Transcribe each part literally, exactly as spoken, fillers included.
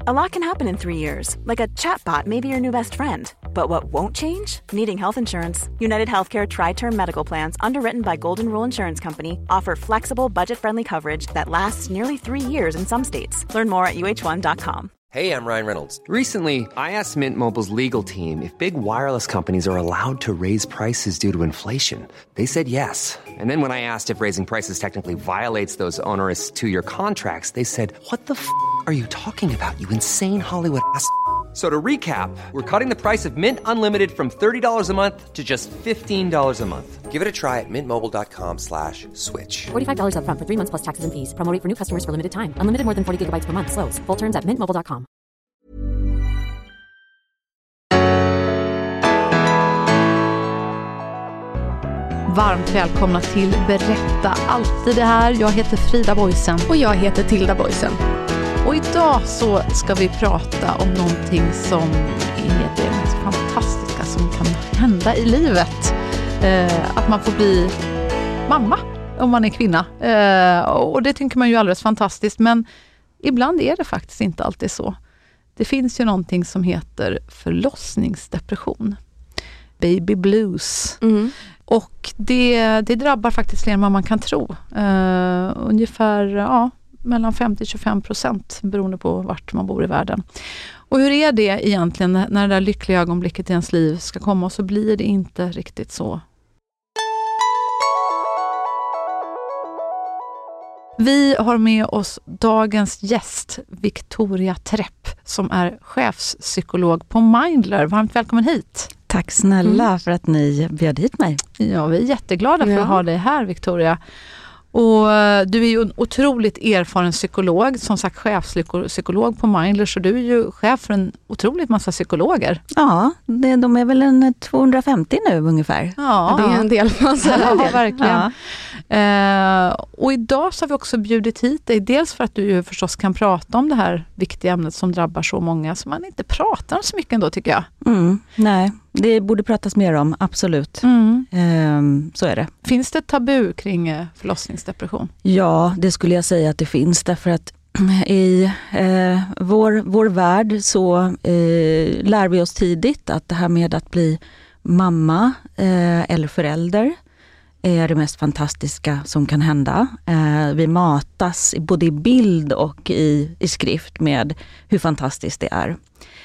A lot can happen in three years, like a chatbot may be your new best friend. But what won't change? Needing health insurance. United Healthcare Tri-Term Medical Plans, underwritten by Golden Rule Insurance Company, offer flexible, budget-friendly coverage that lasts nearly three years in some states. Learn more at U H one dot com. Hey, I'm Ryan Reynolds. Recently, I asked Mint Mobile's legal team if big wireless companies are allowed to raise prices due to inflation. They said yes. And then when I asked if raising prices technically violates those onerous two-year contracts, they said, what the f*** are you talking about, you insane Hollywood ass f- So to recap, we're cutting the price of Mint Unlimited from thirty dollars a month to just fifteen dollars a month. Give it a try at mintmobile.com slash switch. forty-five dollars up front for three months plus taxes and fees. Promo rate for new customers for limited time. Unlimited more than forty gigabytes per month. Slows full terms at mint mobile dot com. Varmt välkomna till Berätta alltid det här. Jag heter Frida Boysen. Och jag heter Tilda Boysen. Och idag så ska vi prata om någonting som är det mest fantastiska som kan hända i livet. Eh, att man får bli mamma om man är kvinna. Eh, och det tycker man ju alldeles fantastiskt. Men ibland är det faktiskt inte alltid så. Det finns ju någonting som heter förlossningsdepression. Baby blues. Mm. Och det, det drabbar faktiskt fler än vad man kan tro. Uh, ungefär ja, mellan femtio till tjugofem procent beroende på vart man bor i världen. Och hur är det egentligen när det där lyckliga ögonblicket i ens liv ska komma, och så blir det inte riktigt så. Vi har med oss dagens gäst, Victoria Trepp, som är chefspsykolog på Mindler. Varmt välkommen hit. Tack snälla Mm. för att ni bjöd hit mig. Ja, vi är jätteglada för Ja. att ha dig här, Victoria. Och du är ju en otroligt erfaren psykolog, som sagt chefspsykolog på Mindler, så du är ju chef för en otroligt massa psykologer. Ja, det, de är väl en tvåhundrafemtio nu ungefär. Ja, Det är en del man säger. ja, verkligen. Ja. Eh, och idag så har vi också bjudit hit dig, dels för att du ju förstås kan prata om det här viktiga ämnet som drabbar så många, som man inte pratar om så mycket ändå, tycker jag. Mm, nej, det borde pratas mer om, absolut. Mm. Ehm, så är det. Finns det tabu kring eh, förlossningsdepression? Ja, det skulle jag säga att det finns, därför att i eh, vår, vår värld så eh, lär vi oss tidigt att det här med att bli mamma eh, eller förälder är det mest fantastiska som kan hända. Eh, vi matas både i bild och i, i skrift med hur fantastiskt det är.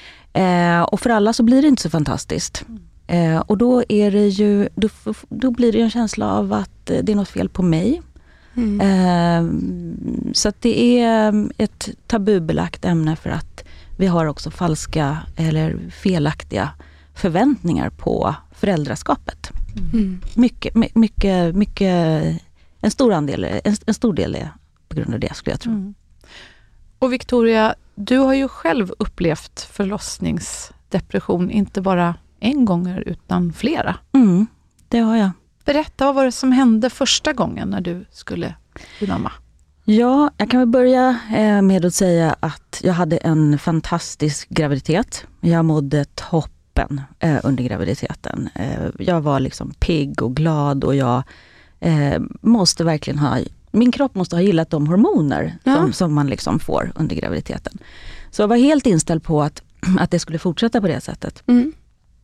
Eh, och för alla så blir det inte så fantastiskt. Eh, och då är det ju, då, då blir det en känsla av att det är något fel på mig. Mm. Eh, så att det är ett tabubelagt ämne, för att vi har också falska eller felaktiga förväntningar på föräldraskapet. Mm. Mycket, my- mycket, mycket, en stor andel, en, en stor del är på grund av det, skulle jag tro. Mm. Och Victoria, du har ju själv upplevt förlossningsdepression, inte bara en gång utan flera. Mm, det har jag. Berätta, vad var det som hände första gången när du skulle bli mamma? Ja, jag kan väl börja eh, med att säga att jag hade en fantastisk graviditet. Jag mådde toppen eh, under graviditeten. Eh, jag var liksom pigg och glad, och jag eh, måste verkligen ha, min kropp måste ha gillat de hormoner Ja. som, som man liksom får under graviditeten. Så jag var helt inställd på att, att det skulle fortsätta på det sättet. Mm.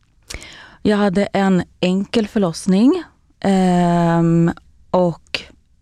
Jag hade en enkel förlossning ehm, och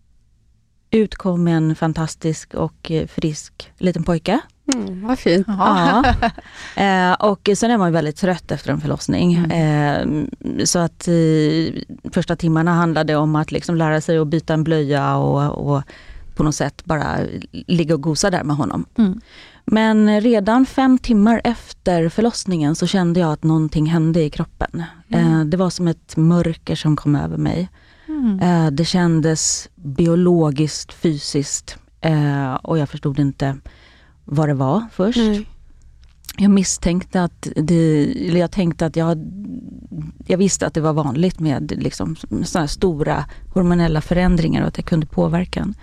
utkom en fantastisk och eh, frisk liten pojke. Mm, vad fint. Ja. eh, och sen är man väldigt trött efter en förlossning. Mm. Eh, så att eh, första timmarna handlade om att liksom lära sig att byta en blöja och, och på något sätt bara ligga och gosa där med honom. Mm. Men redan fem timmar efter förlossningen så kände jag att någonting hände i kroppen. Mm. Eh, det var som ett mörker som kom över mig. Mm. Eh, det kändes biologiskt, fysiskt. Eh, och jag förstod inte vad det var först. Nej. Jag misstänkte att det, eller jag tänkte att jag, jag visste att det var vanligt med liksom såna här stora hormonella förändringar och att det kunde påverka en.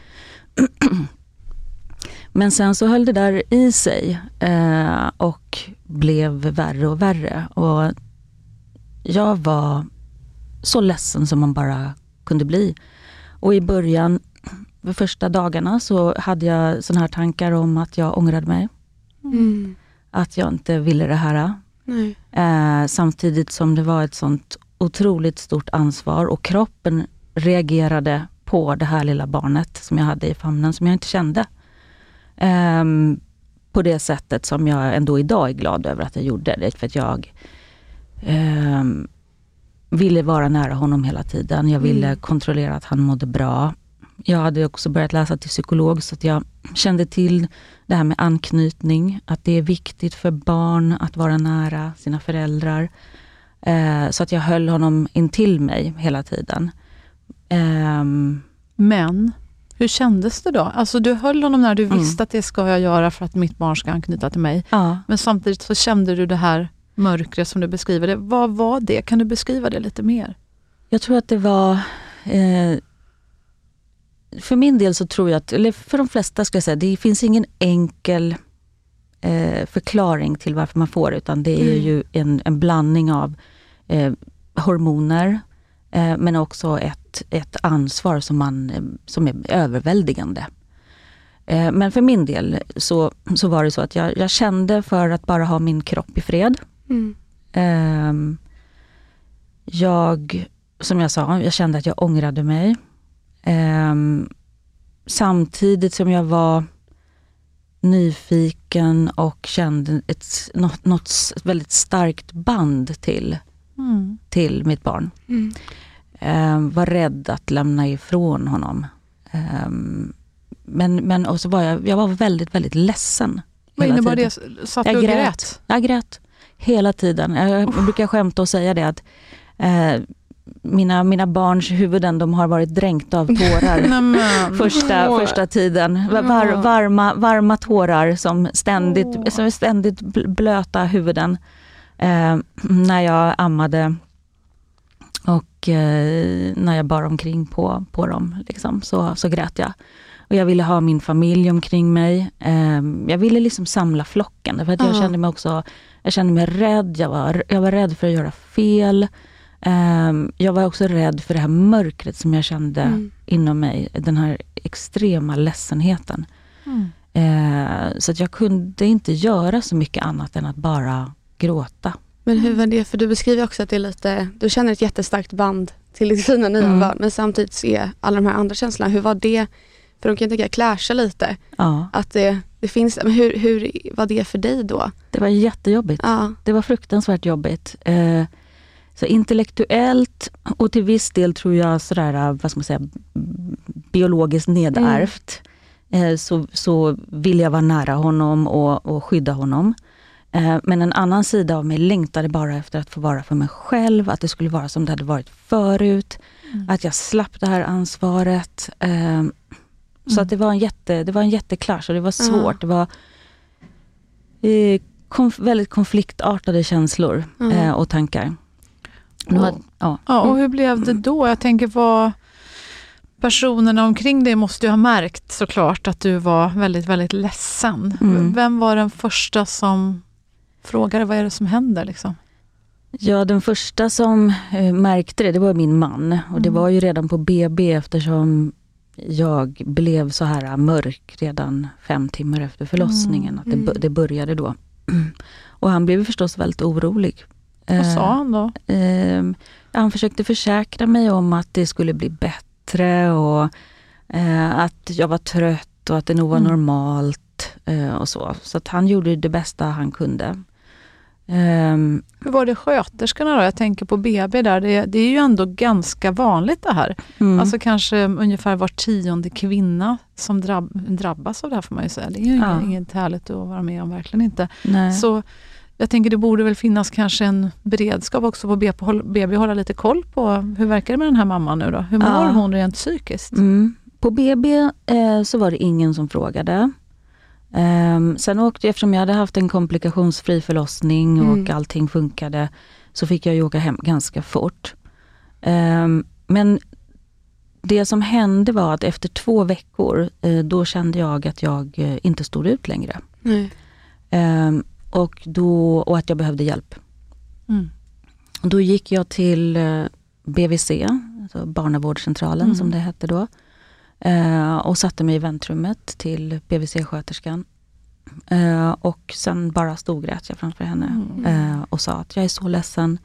Men sen så höll det där i sig eh, och blev värre och värre. Och jag var så ledsen som man bara kunde bli. Och i början, de första dagarna, så hade jag såna här tankar om att jag ångrade mig. Mm. att jag inte ville det här. Nej. Eh, samtidigt som det var ett sånt otroligt stort ansvar och kroppen reagerade på det här lilla barnet som jag hade i famnen som jag inte kände. Eh, på det sättet som jag ändå idag är glad över att jag gjorde det. För att jag eh, ville vara nära honom hela tiden. Jag ville mm. kontrollera att han mådde bra. Jag hade också börjat läsa till psykolog så att jag kände till det här med anknytning. Att det är viktigt för barn att vara nära sina föräldrar. Eh, så att jag höll honom in till mig hela tiden. Eh, Men hur kändes det då? Alltså du höll honom när du mm. visste att det ska jag göra för att mitt barn ska anknyta till mig. Ja. Men samtidigt så kände du det här mörkret som du beskriver det. Vad var det? Kan du beskriva det lite mer? Jag tror att det var... Eh, för min del så tror jag att, eller för de flesta ska jag säga, det finns ingen enkel eh, förklaring till varför man får det, utan det är mm. ju en, en blandning av eh, hormoner eh, men också ett, ett ansvar som, man, som är överväldigande. Eh, men för min del så, så var det så att jag, jag kände för att bara ha min kropp i fred. Mm. Eh, jag, som jag sa, jag kände att jag ångrade mig. Um, samtidigt som jag var nyfiken och kände ett, något, något väldigt starkt band till, mm. till mitt barn. Mm. Um, var rädd att lämna ifrån honom. Um, men men och så var jag, jag var väldigt, väldigt ledsen. Vad innebar det? Satt jag du grät. grät? Jag grät hela tiden. Jag, jag brukar skämta och säga det att uh, Mina, mina barns huvuden, de har varit dränkt av tårar första, första tiden. Var, varma, varma tårar som ständigt, oh. som ständigt blöta huvuden eh, när jag ammade och eh, när jag bar omkring på, på dem. Liksom, så, så grät jag. Och jag ville ha min familj omkring mig. Eh, jag ville liksom samla flocken. För att jag uh. kände mig också, jag kände mig rädd. Jag var, jag var rädd för att göra fel. Um, jag var också rädd för det här mörkret som jag kände mm. inom mig. Den här extrema ledsenheten. Mm. Uh, så att jag kunde inte göra så mycket annat än att bara gråta. Men hur var det? För du beskriver också att det är lite, du känner ett jättestarkt band till ditt fina nya mm. barn. Men samtidigt så är alla de här andra känslorna. Hur var det? För de kan tänka clasha lite. Ja. Att det, det finns, men hur, hur var det för dig då? Det var jättejobbigt. Ja. Det var fruktansvärt jobbigt. Uh, Så intellektuellt och till viss del tror jag sådär, vad ska man säga, biologiskt nedärvt. Mm. Så, så vill jag vara nära honom och, och skydda honom. Men en annan sida av mig längtade bara efter att få vara för mig själv. Att det skulle vara som det hade varit förut. Mm. Att jag slapp det här ansvaret. Så mm. att det var en jätte, det var en jätteklash och det var svårt. Mm. Det var eh, konf- väldigt konfliktartade känslor mm. eh, och tankar. Och, ja. Ja, och hur blev det då? Jag tänker vad personerna omkring dig måste ju ha märkt såklart att du var väldigt, väldigt ledsen. Mm. Vem var den första som frågade vad är det som händer liksom? Ja, den första som eh, märkte det, det var min man. Och mm. det var ju redan på B B eftersom jag blev så här mörk redan fem timmar efter förlossningen. Mm. Att det, det började då. Och han blev förstås väldigt orolig. Vad sa han då? Eh, han försökte försäkra mig om att det skulle bli bättre och eh, att jag var trött och att det nog var mm. normalt eh, och så. Så att han gjorde det bästa han kunde. Eh, Hur var det sköterskorna då? Jag tänker på B B där. Det, det är ju ändå ganska vanligt det här. Mm. Alltså kanske ungefär var tionde kvinna som drabb, drabbas av det här får man ju säga. Det är ju ja. inget härligt att vara med om, verkligen inte. Nej. Så jag tänker det borde väl finnas kanske en beredskap också på B B, hålla lite koll på hur verkar det med den här mamman nu då? Hur mår ja. hon rent psykiskt? Mm. På B B eh, så var det ingen som frågade. Um, sen åkte jag, eftersom jag hade haft en komplikationsfri förlossning och mm. allting funkade, så fick jag ju åka hem ganska fort. Um, men det som hände var att efter två veckor, eh, då kände jag att jag eh, inte stod ut längre. Mm. Um, Och, då, och att jag behövde hjälp. Mm. Då gick jag till eh, B V C, alltså barnavårdscentralen mm. som det hette då. Eh, och satte mig i väntrummet till B V C-sköterskan. Eh, och sen bara stod jag framför henne mm. eh, och sa att jag är så ledsen.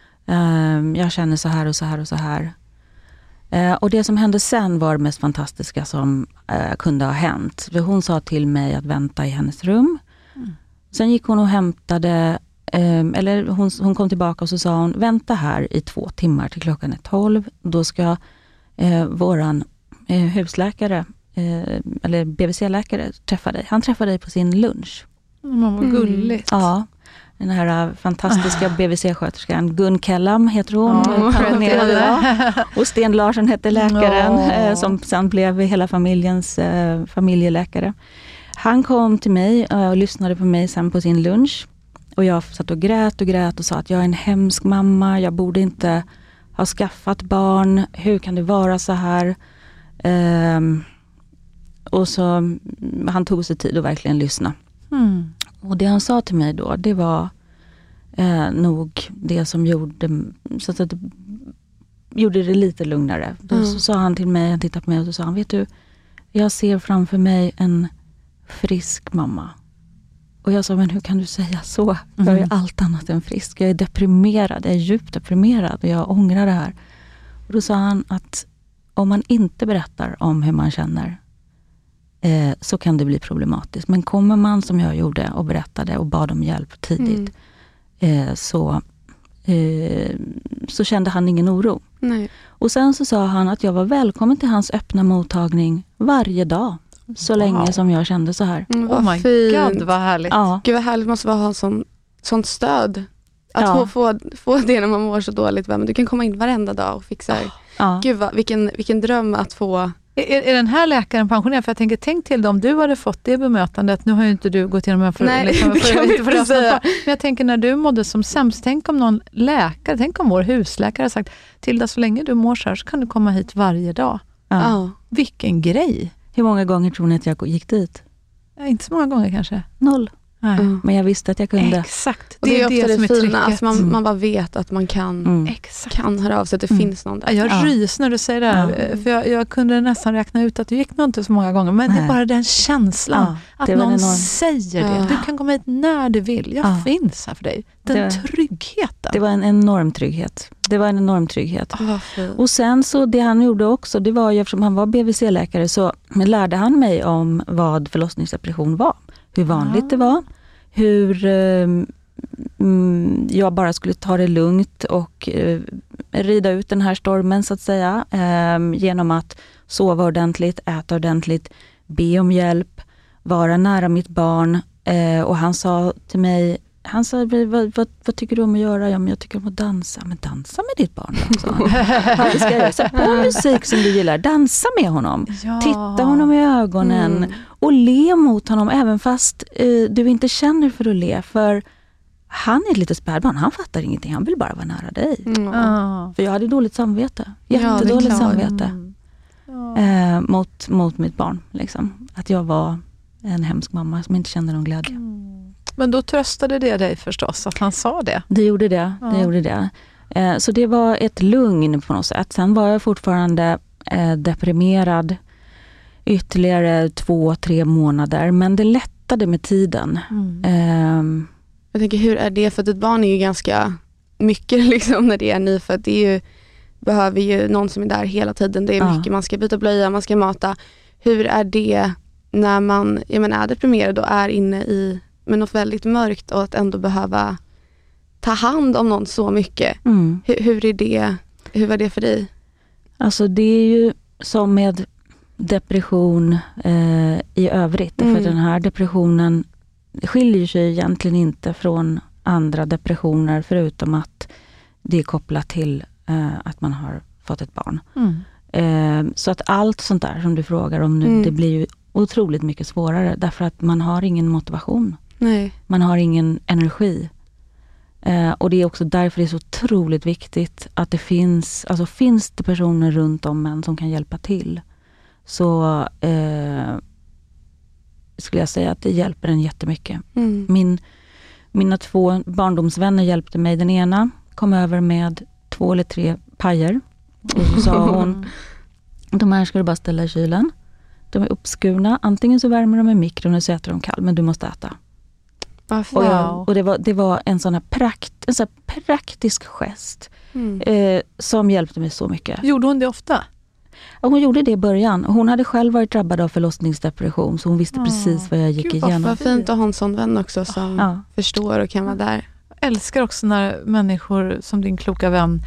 Eh, jag känner så här och så här och så här. Eh, och det som hände sen var det mest fantastiska som eh, kunde ha hänt. För hon sa till mig att vänta i hennes rum. Mm. Sen gick hon och hämtade, eh, eller hon, hon kom tillbaka och så sa hon, vänta här i två timmar till klockan är tolv. Då ska eh, våran eh, husläkare, eh, eller B V C-läkare träffa dig. Han träffar dig på sin lunch. Mm, vad gulligt. Mm. Ja. Den här fantastiska ah. B V C-sköterskan Gun Kellam heter hon. Oh, pensionerade. Och Sten Larsson hette läkaren oh. eh, som sen blev hela familjens eh, familjeläkare. Han kom till mig eh, och lyssnade på mig sen på sin lunch. Och jag satt och grät och grät och sa att jag är en hemsk mamma. Jag borde inte ha skaffat barn. Hur kan det vara så här? Eh, och så han tog sig tid att verkligen lyssna. Mm. Och det han sa till mig då, det var eh, nog det som gjorde, så att det gjorde det lite lugnare. Då mm. så sa han till mig, han tittade på mig och så sa han, vet du, jag ser framför mig en frisk mamma. Och jag sa, men hur kan du säga så? Mm. Jag är allt annat än frisk. Jag är deprimerad, jag är djupt deprimerad och jag ångrar det här. Och då sa han att om man inte berättar om hur man känner, Eh, så kan det bli problematiskt. Men kommer man som jag gjorde och berättade och bad om hjälp tidigt mm. eh, så, eh, så kände han ingen oro. Nej. Och sen så sa han att jag var välkommen till hans öppna mottagning varje dag. Så wow. länge som jag kände så här. Mm, oh my fint. God, vad härligt. Ja. Gud vad härligt måste vara att ha sån, sånt stöd. Att ja. få, få, få det när man mår så dåligt. Men du kan komma in varenda dag och fixa. Oh. Ja. Gud vad, vilken, vilken dröm att få. Är, är den här läkaren pensionerad? För jag tänker, tänk till dig om du hade fått det bemötandet. Nu har ju inte du gått igenom en för, Nej, liksom, för, för, för, för, för Men jag tänker när du mådde som sämst, tänk om någon läkare, tänk om vår husläkare har sagt, Tilda, så länge du mår så här så kan du komma hit varje dag. Ja. Ja. Vilken grej. Hur många gånger tror ni att jag gick dit? Ja, inte så många gånger kanske. Noll. Mm. Men jag visste att jag kunde. Exakt. Det, det är, är ofta det, det fina, att man, mm. man bara vet att man kan, mm. kan höra av sig, att det mm. finns någon där. Jag rys när du säger det här, ja. för jag, jag kunde nästan räkna ut att det gick nog inte så många gånger, men Nej. det är bara den känslan, ja, att någon enorm... säger det. Ja. Du kan komma hit när du vill, jag ja. finns här för dig. Den det, tryggheten. Det var en enorm trygghet. Det var en enorm trygghet. Oh, och sen så det han gjorde också, det var ju eftersom han var B V C-läkare så lärde han mig om vad förlossningsdepression var. Hur vanligt ja. det var. Hur eh, mm, jag bara skulle ta det lugnt och eh, rida ut den här stormen så att säga. Eh, genom att sova ordentligt, äta ordentligt, be om hjälp, vara nära mitt barn. Eh, och han sa till mig, han sa, vad, vad, vad tycker du om att göra? Ja, men jag tycker om att dansa. Men dansa med ditt barn då, sa han. Ja, det ska jag göra. Sätt på musik som du gillar. Dansa med honom. Ja. Titta honom i ögonen. Mm. Och le mot honom även fast eh, du inte känner för att le. För han är ett litet spädbarn. Han fattar ingenting. Han vill bara vara nära dig. Mm. Ah. För jag hade dåligt samvete. Jättedåligt ja, samvete. Mm. Ja. Eh, mot, mot mitt barn. Liksom. Att jag var en hemsk mamma som inte kände någon glädje. Mm. Men då tröstade det dig förstås att han sa det. Det gjorde det. Ja. det, gjorde det. Eh, så det var ett lugn på något sätt. Sen var jag fortfarande eh, deprimerad ytterligare två, tre månader. Men det lättade med tiden. Mm. Eh, jag tänker, hur är det? För att ett barn är ju ganska mycket liksom, när det är nyfött. Det är ju, behöver ju någon som är där hela tiden. Det är ja. mycket, man ska byta blöja, man ska mata. Hur är det när man jag menar, är deprimerad och är inne i men något väldigt mörkt och att ändå behöva ta hand om någon så mycket. Mm. Hur, hur är det? Hur var det för dig? Alltså det är ju som med depression eh, i övrigt. Mm. För den här depressionen skiljer sig egentligen inte från andra depressioner förutom att det är kopplat till eh, att man har fått ett barn. Mm. Eh, så att allt sånt där som du frågar om nu, mm. det blir ju otroligt mycket svårare därför att man har ingen motivation. Nej. Man har ingen energi. Eh, och det är också därför det är så otroligt viktigt att det finns, alltså finns det personer runt om en som kan hjälpa till. Så eh, skulle jag säga att det hjälper en jättemycket. Mm. Min, mina två barndomsvänner hjälpte mig. Den ena kom över med två eller tre pajer. Och så sa hon, de här ska du bara ställa i kylen. De är uppskurna. Antingen så värmer de i mikron och så äter de kall. Men du måste äta. Varför? Och, jag, och det, var, det var en sån här, prakt, en sån här praktisk gest. Mm. Eh, som hjälpte mig så mycket. Gjorde hon det ofta? Ja, hon gjorde det i början. Hon hade själv varit drabbad av förlossningsdepression. Så hon visste oh, precis vad jag gick Gud, igenom. Vad fint att ha en sån vän också som oh. förstår och kan vara där. Jag älskar också när människor som din kloka vän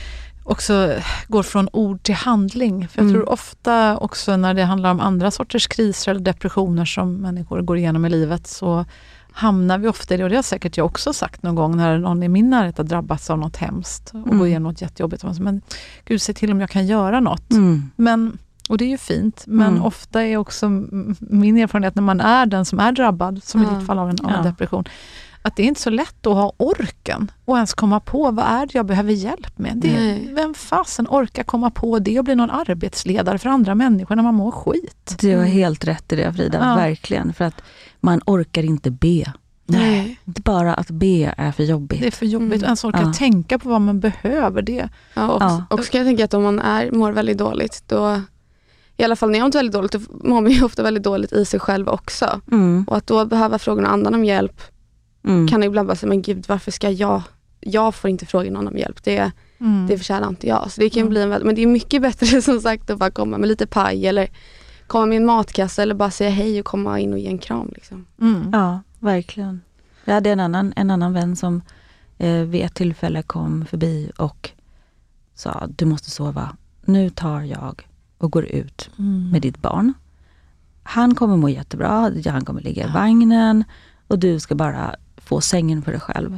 också går från ord till handling. För jag mm. tror ofta också när det handlar om andra sorters kriser eller depressioner som människor går igenom i livet så hamnar vi ofta i det. Och det har säkert jag också sagt någon gång när någon i min närhet har drabbats av något hemskt och mm. går igenom något jättejobbigt. Men gud, se till om jag kan göra något. Mm. Men, och det är ju fint. Men mm. ofta är också min erfarenhet när man är den som är drabbad, som mm. i ditt fall av en, av en ja. depression, att det är inte så lätt att ha orken och ens komma på vad är det jag behöver hjälp med. Det är, vem fasen orkar komma på det och bli någon arbetsledare för andra människor när man mår skit? Du har helt rätt i det, Frida, ja. verkligen. För att man orkar inte be. Nej. Bara att be är för jobbigt. Det är för jobbigt. Mm. Ens orkar ja. tänka på vad man behöver det. Ja, och, ja. och ska jag tänka att om man är, mår väldigt dåligt, då i alla fall när jag mår väldigt dåligt, då mår man ju ofta väldigt dåligt i sig själv också. Mm. Och att då behöva fråga någon annan om hjälp Mm. kan ibland bara säga, men gud, varför ska jag jag får inte fråga någon om hjälp, det, mm. det förtjänar inte jag, så det kan mm. bli en, men det är mycket bättre som sagt att bara komma med lite paj eller komma med en matkassa eller bara säga hej och komma in och ge en kram liksom. Mm. Ja, verkligen. Jag hade en annan, en annan vän som eh, vid ett tillfälle kom förbi och sa, du måste sova, nu tar jag och går ut mm. med ditt barn, han kommer må jättebra, han kommer ligga i vagnen och du ska bara få sängen för dig själv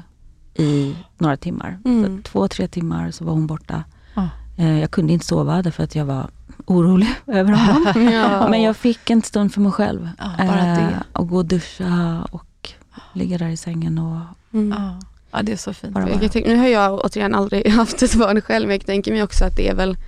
i några timmar. Mm. Så två, tre timmar så var hon borta. Ah. Eh, jag kunde inte sova därför att jag var orolig över honom. Ja. Men jag fick en stund för mig själv. Ah, bara det. Eh, och gå och duscha och ligga där i sängen. Och, mm. ah. Ja, det är så fint. Jag tänka, nu har jag återigen aldrig haft ett barn själv, men jag tänker mig också att det är väl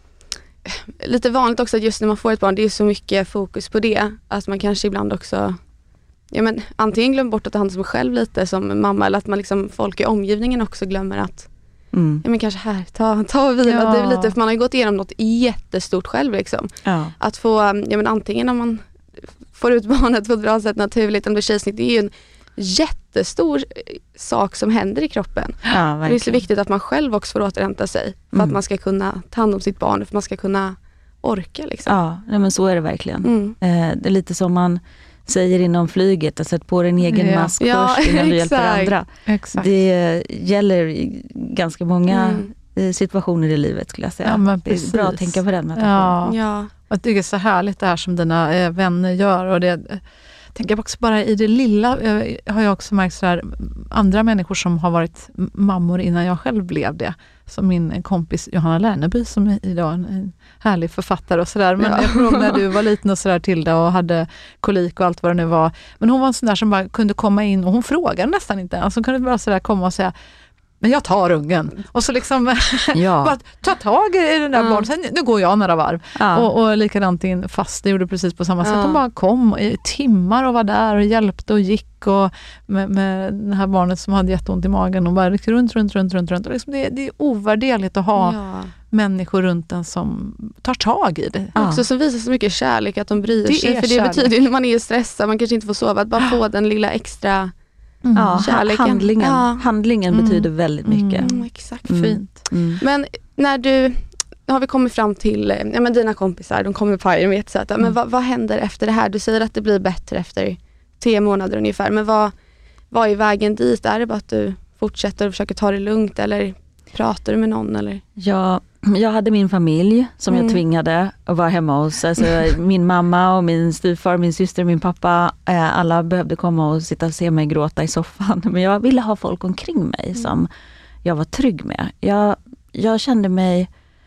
lite vanligt också att just när man får ett barn, det är så mycket fokus på det. Att man kanske ibland också ja, men, antingen glömmer bort att ta hand om sig själv lite som mamma, eller att man liksom, folk i omgivningen också glömmer att mm. ja, men kanske här, ta, ta och vila. Ja. Det är lite, för man har ju gått igenom något jättestort själv liksom. Ja. Att få, ja, men antingen när man får ut barnet på ett bra sätt naturligt, om det är kejsarsnitt, det är ju en jättestor sak som händer i kroppen. Ja, det är så viktigt att man själv också får återhämta sig för mm. att man ska kunna ta hand om sitt barn, för att man ska kunna orka liksom. Ja, men så är det verkligen. Mm. Eh, det är lite som man säger inom flyget, att sätta på din egen ja. mask ja, först innan du hjälper andra. Exakt. Det gäller i ganska många mm. situationer i livet, skulle jag säga. Ja, men det är bra att tänka på den metaforen. Ja. Ja. Jag tycker det är så härligt det här som dina eh, vänner gör, och det tänker också bara i det lilla eh, har jag också märkt så här, andra människor som har varit mammor innan jag själv blev det. Som min kompis Johanna Lerneby som är idag en, en härlig författare och sådär. Men ja. jag kommer ihåg när du var liten och sådär, Tilda, och hade kolik och allt vad det nu var. Men hon var en sån där som bara kunde komma in, och hon frågade nästan inte. Alltså hon kunde bara sådär komma och säga, men jag tar ungen. Och så liksom ja. bara ta tag i den där mm. barnen. Sen, nu går jag några varv. Ja. Och, och likadant in fast det gjorde precis på samma sätt. Ja. Hon bara kom i timmar och var där och hjälpte och gick. Och med, med det här barnet som hade jätteont i magen. Och bara gick runt, runt, runt, runt. runt. Och liksom det, det är ovärderligt att ha ja. människor runt en som tar tag i det. Ja. Också som visar så mycket kärlek, att de bryr det sig. För det kärlek. betyder ju när man är stressad, man kanske inte får sova, att bara få den lilla extra... Mm. Ja, handlingen, ja. handlingen mm. betyder väldigt mycket. Mm, exakt, mm. fint. Mm. Men när du, har vi kommit fram till, ja, men dina kompisar, de kommer med paj, de är jättesöta. Men mm. vad, vad händer efter det här? Du säger att det blir bättre efter tre månader ungefär. Men vad, vad är vägen dit? Är det bara att du fortsätter och försöker ta det lugnt, eller pratar du med någon? Eller? Ja, jag hade min familj som mm. jag tvingade att vara hemma hos. Alltså, min mamma och min styvfar, min syster och min pappa. Eh, alla behövde komma och sitta och se mig gråta i soffan. Men jag ville ha folk omkring mig mm. som jag var trygg med. Jag, jag kände mig...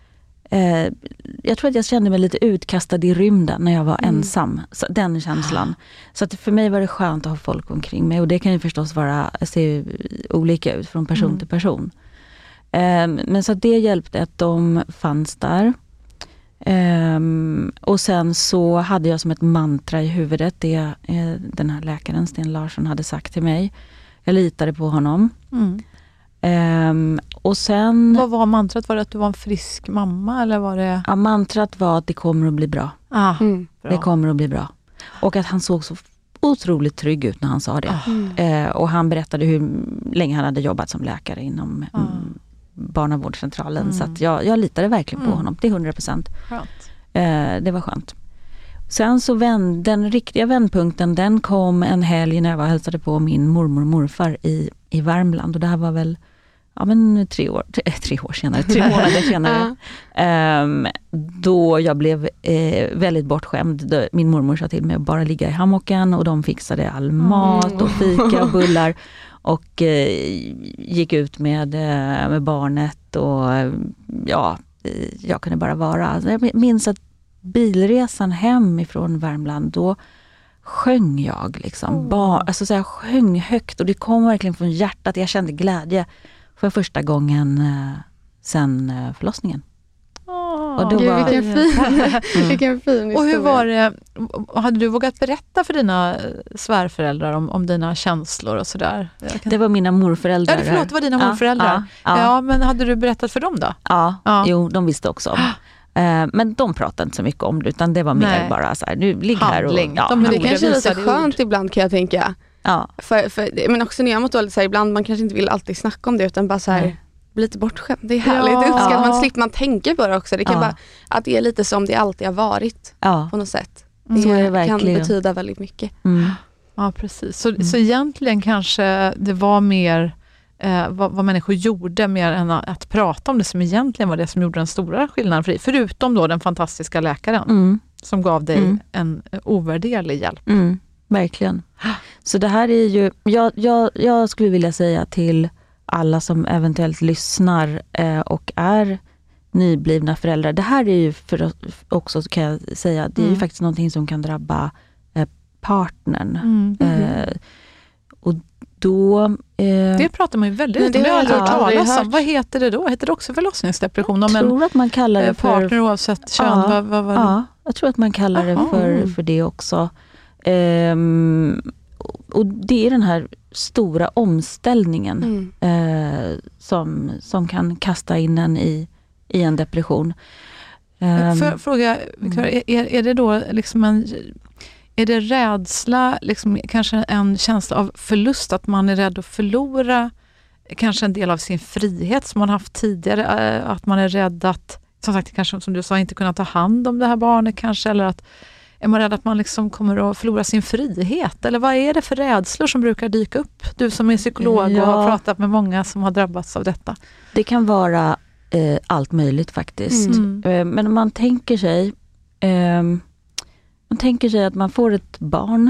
Eh, jag tror att jag kände mig lite utkastad i rymden när jag var mm. ensam. Så, den känslan. Så att för mig var det skönt att ha folk omkring mig. Och det kan ju förstås vara, se olika ut från person mm. till person. Um, men så det hjälpte att de fanns där. Um, och sen så hade jag som ett mantra i huvudet det uh, den här läkaren Sten Larsson hade sagt till mig. Jag litade på honom. Mm. Um, och sen... Vad var mantrat? Var det att du var en frisk mamma? Eller var det... Ja, mantrat var att det kommer att bli bra. Ah, Mm. bra. Det kommer att bli bra. Och att han såg så otroligt trygg ut när han sa det. Mm. Eh, och han berättade hur länge han hade jobbat som läkare inom Ah. mm, barnavårdscentralen. Mm. Så att jag, jag litade verkligen på Mm. honom till hundra procent. Skönt. Eh, det var skönt. Sen så vänd, den riktiga vändpunkten, den kom en helg när jag var och hälsade på min mormor och morfar i, i Värmland. Och det här var väl ja, men tre, år, tre, tre år senare, tre månader senare. Um, då jag blev eh, väldigt bortskämd. Min mormor sa till mig att bara ligga i hammocken och de fixade all mat och fika och bullar. Och eh, gick ut med, eh, med barnet och eh, ja, jag kunde bara vara. Alltså, jag minns att bilresan hem ifrån Värmland, då sjöng jag liksom. Oh. Bar, alltså så jag sjöng högt och det kom verkligen från hjärtat. Jag kände glädje för första gången eh, sen eh, förlossningen. Oh. Och då Gud, var- vilken fin, vilken fin Och hur historia. var det, hade du vågat berätta för dina svärföräldrar om, om dina känslor och sådär? Det var mina morföräldrar. Ja, förlåt, det var dina Ja, morföräldrar. Ja, ja, Ja, ja. men hade du berättat för dem då? ja, Ja. jo, de visste också om. Eh, Men de pratade inte så mycket om det, utan det var mer Nej. bara så här, nu ligg här och... Handling. Ja, De Men det Ord, kanske är lite visade skönt ibland, kan jag tänka. ja. För, för, men också när jag mått dåligt, så här, ibland man kanske inte vill alltid snacka om det, utan bara så här, Nej. bli lite bortskämd. Det är härligt, Ja. det uppskattar man, slipper man tänka på det också. Det kan Ja. bara, att det är lite som det alltid har varit ja. på något sätt. Mm. Så är det kan verkligen. betyda väldigt mycket. Mm. Ja, precis. Så, Mm. så egentligen kanske det var mer eh, vad, vad människor gjorde mer än att, att prata om det, som egentligen var det som gjorde den stora skillnaden för dig. Förutom då den fantastiska läkaren Mm. som gav dig Mm. en ovärderlig hjälp. Mm. Verkligen. Så det här är ju, jag, jag, jag skulle vilja säga till alla som eventuellt lyssnar eh, och är nyblivna föräldrar. Det här är ju för också, kan jag säga, det är ju Mm. faktiskt någonting som kan drabba eh, partnern. Mm. Eh, och då... Eh, Det pratar man ju väldigt Men mycket om. det Det har jag har aldrig jag hört aldrig talas om. hört. Vad heter det då? Heter det också förlossningsdepression? Om jag en tror att man kallar eh, det för... partner oavsett kön? Ja, vad, vad, vad, Ja, jag tror att man kallar det Aha. för, för det också. Ehm, och det är den här stora omställningen Mm. eh, som, som kan kasta in en i, i en depression. Ehm, För, fråga, Victoria, är, är det då liksom en... Är det rädsla, liksom, kanske en känsla av förlust, att man är rädd att förlora kanske en del av sin frihet som man haft tidigare, eh, att man är rädd att, som sagt, kanske som du sa, inte kunna ta hand om det här barnet kanske, eller att är man rädd att man liksom kommer att förlora sin frihet? Eller vad är det för rädslor som brukar dyka upp? Du som är psykolog och Ja. har pratat med många som har drabbats av detta. Det kan vara eh, allt möjligt faktiskt. Mm. Eh, men om man tänker sig eh, man tänker sig att man får ett barn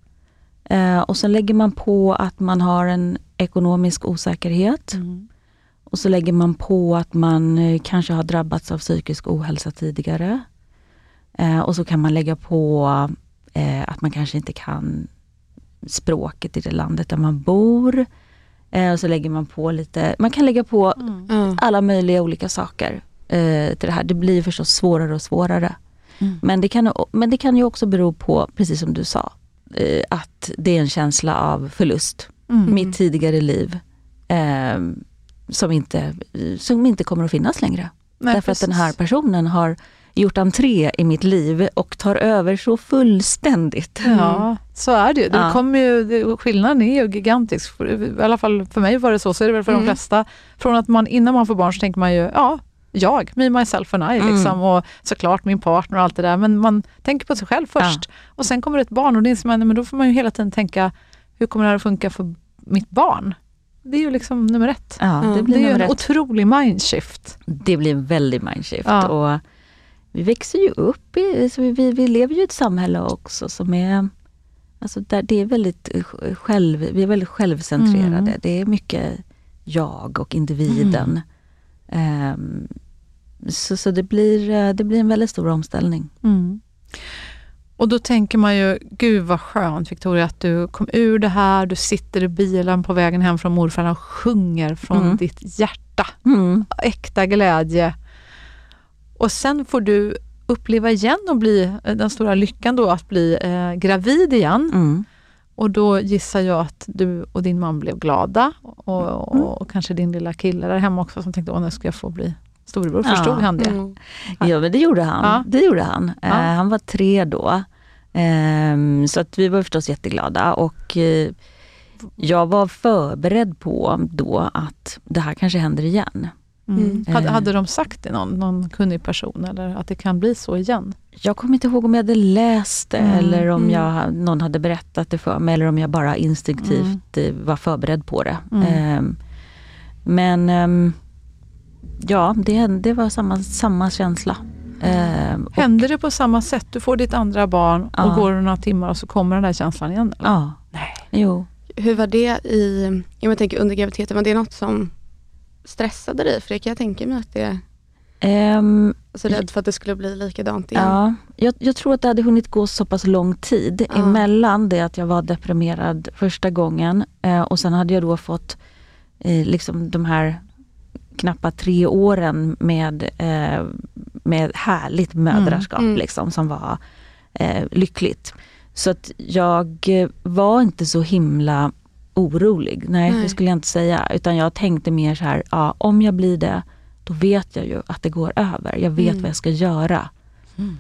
eh, och så lägger man på att man har en ekonomisk osäkerhet. Mm. Och så lägger man på att man eh, kanske har drabbats av psykisk ohälsa tidigare. Eh, och så kan man lägga på eh, att man kanske inte kan språket i det landet där man bor. Eh, och så lägger man på lite, man kan lägga på Mm. Ja. alla möjliga olika saker eh, till det här. Det blir förstås svårare och svårare. Mm. Men, det kan, men det kan ju också bero på, precis som du sa, eh, att det är en känsla av förlust. Mm. Mitt tidigare liv eh, som, inte, som inte kommer att finnas längre. Nej, Därför precis. att den här personen har gjort entré i mitt liv och tar över så fullständigt. Ja, så är det ju. Det Ja. kommer ju det, skillnaden är ju gigantisk. I alla fall för mig var det så. Så är det väl för Mm. de flesta. Från att man innan man får barn så tänker man ju, ja, jag, me, myself and I. Mm. Liksom, och såklart min partner och allt det där. Men man tänker på sig själv först. Och sen kommer det ett barn och det är man, men då får man ju hela tiden tänka, hur kommer det här att funka för mitt barn? Det är ju liksom nummer ett. Ja, det Ja, blir Det är ju nummer en ett. otrolig mindshift. Det blir en väldig mindshift. Ja. Och vi växer ju upp, i, så vi, vi lever ju i ett samhälle också som är, alltså där det är väldigt själv, vi är väldigt självcentrerade. Mm. Det är mycket jag och individen. Ehm, så så det, blir, det blir en väldigt stor omställning. Mm. Och då tänker man ju, gud vad skönt Victoria att du kom ur det här, du sitter i bilen på vägen hem från morfar och sjunger från Mm. ditt hjärta, Mm. äkta glädje. Och sen får du uppleva igen och bli den stora lyckan då att bli eh, gravid igen. Mm. Och då gissar jag att du och din man blev glada. Och, och, Mm. och kanske din lilla kille där hemma också som tänkte, åh nu ska jag få bli storebror. Förstod Ja. han det? Mm. Ja, men det gjorde han. Ja. Det gjorde han. Ja. Eh, han var tre då. Ehm, så att vi var förstås jätteglada. Och eh, jag var förberedd på då att det här kanske händer igen. Mm. Mm. Hade, Eh. hade de sagt det, någon, någon kunnig person, eller att det kan bli så igen? Jag kommer inte ihåg om jag hade läst det Mm, eller om mm. jag, någon hade berättat det för mig eller om jag bara instinktivt eh, var förberedd på det. Mm. Ehm, men ehm, ja, det, det var samma, samma känsla. Ehm, och, Händer det på samma sätt? Du får ditt andra barn Ja. och går några timmar och så kommer den där känslan igen? Eller? ja, Nej. jo. Hur var det i, jag tänker under graviditeten, var det något som stressade dig? För det kan jag tänka mig att det är Ehm, så rädd för att det skulle bli likadant igen. Ja, jag, jag tror att det hade hunnit gå så pass lång tid Ja. emellan det att jag var deprimerad första gången eh, och sen hade jag då fått eh, liksom de här knappa tre åren med, eh, med härligt mödraskap Mm. liksom, som var eh, lyckligt. Så att jag eh, var inte så himla orolig, nej, Nej. det skulle jag inte säga, utan jag tänkte mer så här, ja, om jag blir det, då vet jag ju att det går över. Jag vet Mm. vad jag ska göra. Mm.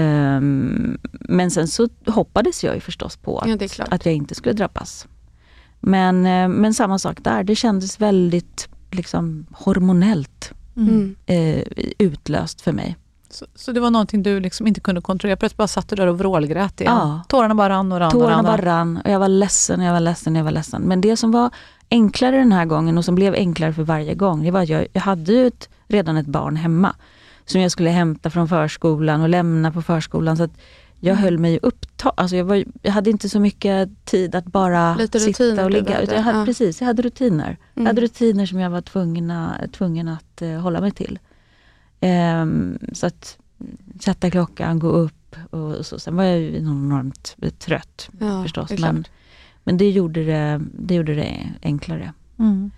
Um, men sen så hoppades jag ju förstås på Ja, det är att, klart. att jag inte skulle drabbas. Men, eh, men samma sak där, det kändes väldigt liksom hormonellt Mm. eh, utlöst för mig. Så, så det var någonting du liksom inte kunde kontrollera? Plötsligt bara satt du där och vrålgrät igen. Ja. Tårarna bara rann och rann och Tårarna rann. bara rann och jag var ledsen, jag var ledsen, jag var ledsen. Men det som var enklare den här gången och som blev enklare för varje gång, det var att jag, jag hade ju ett, redan ett barn hemma som jag skulle hämta från förskolan och lämna på förskolan, så att jag Mm. höll mig upptagen. Alltså jag, var, jag hade inte så mycket tid att bara Lite sitta rutiner och du ligga. behövde, Utan jag hade, ja. Precis, jag hade rutiner. Mm. Jag hade rutiner som jag var tvungen, tvungen att eh, hålla mig till. Ehm, så att sätta klockan, gå upp och så. Sen var jag ju enormt trött Ja, förstås. det är klart. Men, men det gjorde det, det gjorde det enklare. Mm.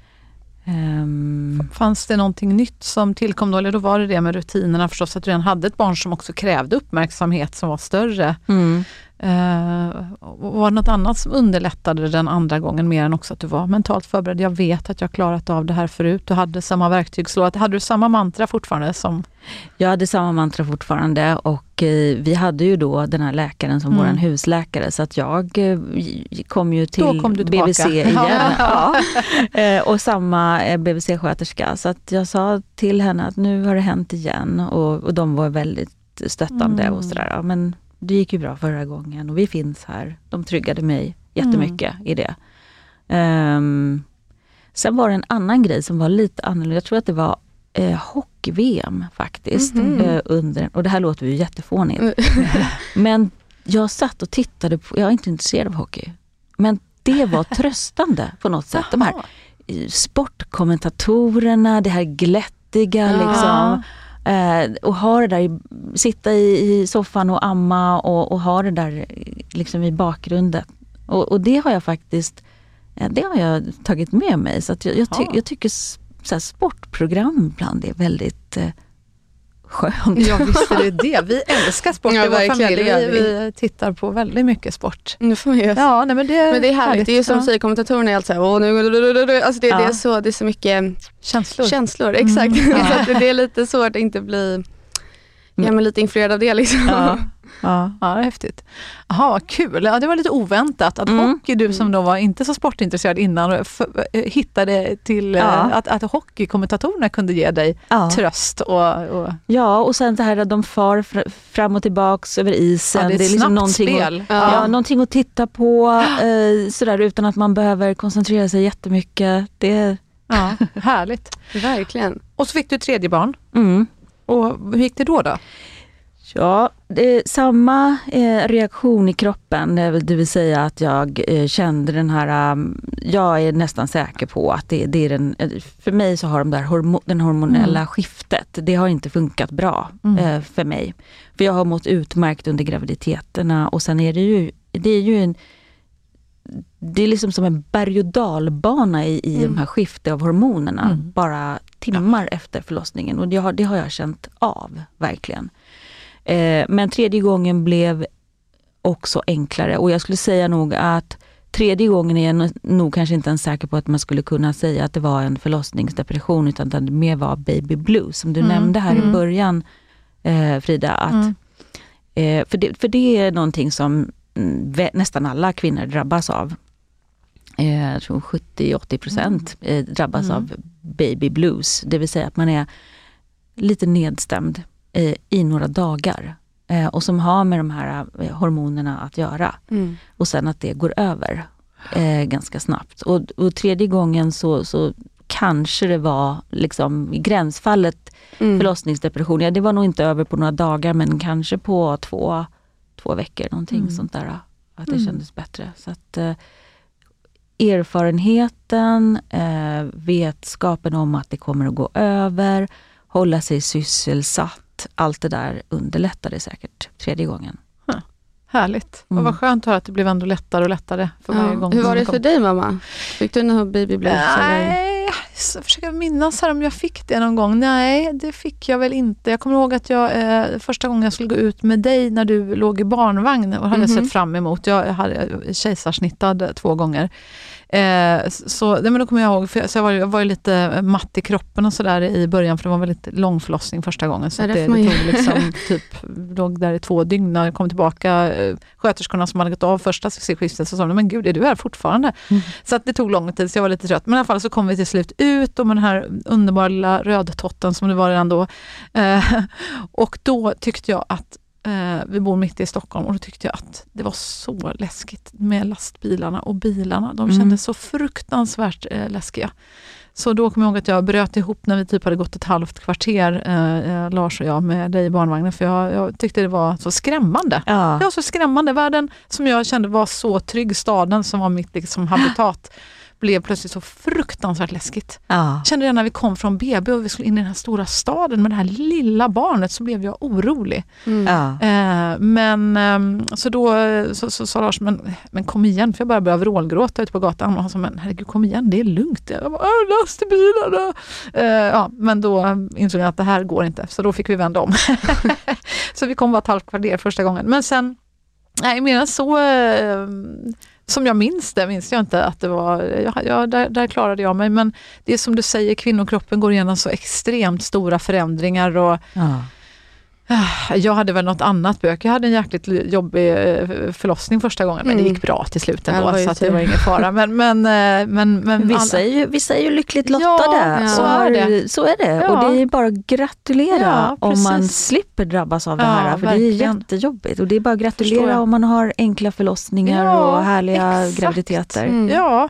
Ehm, Fanns det någonting nytt som tillkom då? Eller då var det det med rutinerna förstås, att du redan hade ett barn som också krävde uppmärksamhet som var större. mm. Eh, och var det något annat som underlättade den andra gången mer än också att du var mentalt förberedd? Jag vet att jag klarat av det här förut. Du hade samma verktygslåda. Hade du samma mantra fortfarande som... Jag hade samma mantra fortfarande och eh, vi hade ju då den här läkaren som Mm. våran husläkare, så att jag eh, kom ju till Då kom du B tillbaka. V C igen. Ja. Ja. Eh, och samma eh, B V C-sköterska, så att jag sa till henne att nu har det hänt igen och, och de var väldigt stöttande Mm. och sådär. Ja, men det gick ju bra förra gången och vi finns här. De tryggade mig jättemycket Mm. i det. Ehm, sen var det en annan grej som var lite annorlunda. Jag tror att det var eh, hockey-V M faktiskt. Mhm. Eh, under, och det här låter ju jättefånigt. Men jag satt och tittade på, jag är inte intresserad av hockey. Men det var tröstande på något sätt. De här eh, sportkommentatorerna, det här glättiga Ja. liksom. Eh, och ha det där, i, sitta i, i soffan och amma och, och ha det där liksom i bakgrunden. Och, och det har jag faktiskt, eh, det har jag tagit med mig. Så att jag, jag, ty, Ja. jag tycker s- så här, sportprogram ibland är väldigt eh, skönt. Ja, visst är det det. Vi älskar sport Ja, i vår verkligen, familj. det gör Vi, vi. vi tittar på väldigt mycket sport. Nu får man ju Ja, nej, men, det, Men det är härligt, det är ju som Ja. säger kommentatorerna är allt så här, åh, nu, alltså det, Ja. det, är så, det är så mycket Känslor. känslor, exakt. Mm. Ja. Så att det är lite svårt att inte bli ja, men lite influerad av det liksom. Ja. Ja, ja, det är häftigt. Jaha, vad kul. Ja, det var lite oväntat att Mm. hockey, du som då var inte så sportintresserad innan, f- hittade till Ja. eh, att, att hockeykommentatorerna kunde ge dig Ja. tröst. Och, och, Ja, och sen det här att de far fr- fram och tillbaks över isen. ja, det är ett liksom snabbt någonting spel. Att, ja, någonting att titta på eh, sådär, utan att man behöver koncentrera sig jättemycket. Det, Ja, härligt. Verkligen. Och så fick du ett tredje barn. mm. Och hur gick det då då? Ja, det är samma eh, reaktion i kroppen, det vill, det vill säga att jag eh, kände den här, um, jag är nästan säker på att det, det är den, eh, för mig så har de där hormo, den hormonella Mm. skiftet, det har inte funkat bra Mm. eh, för mig. För jag har mått utmärkt under graviditeterna och sen är det ju, det är ju en, det är liksom som en berg- och dalbana i, i Mm. de här skiften av hormonerna, Mm. bara timmar efter förlossningen, och det har, det har jag känt av, verkligen. Eh, men tredje gången blev också enklare och jag skulle säga nog att tredje gången är jag nog kanske inte ens säker på att man skulle kunna säga att det var en förlossningsdepression, utan att det mer var baby blues, som du mm. nämnde här mm. i början, eh, Frida. Att, mm. eh, för, det, för det är någonting som mm, nästan alla kvinnor drabbas av. Eh, jag tror sjuttio till åttio procent eh, drabbas mm. av baby blues. Det vill säga att man är lite nedstämd eh, i några dagar. Eh, och som har med de här eh, hormonerna att göra. Mm. Och sen att det går över eh, ganska snabbt. Och, och tredje gången så, så kanske det var liksom i gränsfallet mm. förlossningsdepression. Ja, det var nog inte över på några dagar, men kanske på två, två veckor. Någonting mm. sånt där. Att det mm. kändes bättre. Så att eh, erfarenheten, eh, vetskapen om att det kommer att gå över, hålla sig sysselsatt, allt det där underlättade säkert tredje gången. Huh. Härligt. Mm. Och vad skönt att höra att det blev ändå lättare och lättare för varje ja. gång. Hur var det för dig, mamma? Fick du någon baby blues? Nej, jag försöker minnas här om jag fick det någon gång. Nej, det fick jag väl inte. Jag kommer ihåg att jag eh, första gången jag skulle gå ut med dig när du låg i barnvagn och hade mm-hmm. sett fram emot. Jag hade kejsarsnittad två gånger. Eh, så det, men då kommer jag ihåg, för jag, så jag, var, jag var ju lite matt i kroppen och sådär i början, för det var väldigt lång förlossning första gången. Så det, det, det tog liksom typ, låg där i två dygn när jag kom tillbaka. Eh, sköterskorna som hade gått av första skiftet så sa de, men gud, är du här fortfarande? Mm. Så att det tog lång tid, så jag var lite trött. Men i alla fall så kom vi till slut ut, och med den här underbara lilla rödtotten som det var redan då. Eh, och då tyckte jag att Eh, vi bor mitt i Stockholm, och då tyckte jag att det var så läskigt med lastbilarna och bilarna. De kändes mm. så fruktansvärt eh, läskiga. Så då kom jag ihåg att jag bröt ihop när vi typ hade gått ett halvt kvarter, eh, Lars och jag, med dig i barnvagnen. För jag, jag tyckte det var så skrämmande. Ja. Det var så skrämmande. Världen som jag kände var så trygg, staden som var mitt liksom, habitat, blev plötsligt så fruktansvärt läskigt. Ja. Jag kände det när vi kom från B B och vi skulle in i den här stora staden med det här lilla barnet, så blev jag orolig. Mm. Ja. Eh, men eh, så då så, så sa Lars, men, men kom igen, för jag bara började vrålgråta ute på gatan, och han sa, men herregud, kom igen, det är lugnt. Jag bara, lastbilarna. Eh, ja, men då insåg jag att det här går inte, så då fick vi vända om. Så vi kom bara ett halvt kvarter första gången. Men sen, nej, mer än så... Eh, som jag minns det, minns jag inte att det var, ja, ja där, där klarade jag mig, men det är som du säger, kvinnokroppen går igenom så extremt stora förändringar, och ja. Jag hade väl något annat bök. Jag hade en jäkligt jobbig förlossning första gången, men mm. det gick bra till slut ändå, så att det var ingen fara. Men, men, men, men vissa, alla... är ju, vissa är ju lyckligt lottade. Ja, så, är det. så är det. Ja. Och det är bara att gratulera ja, om man slipper drabbas av det här. Ja, för verkligen. Det är jättejobbigt. Och det är bara att gratulera om man har enkla förlossningar ja, och härliga exakt. graviditeter. Mm. Ja.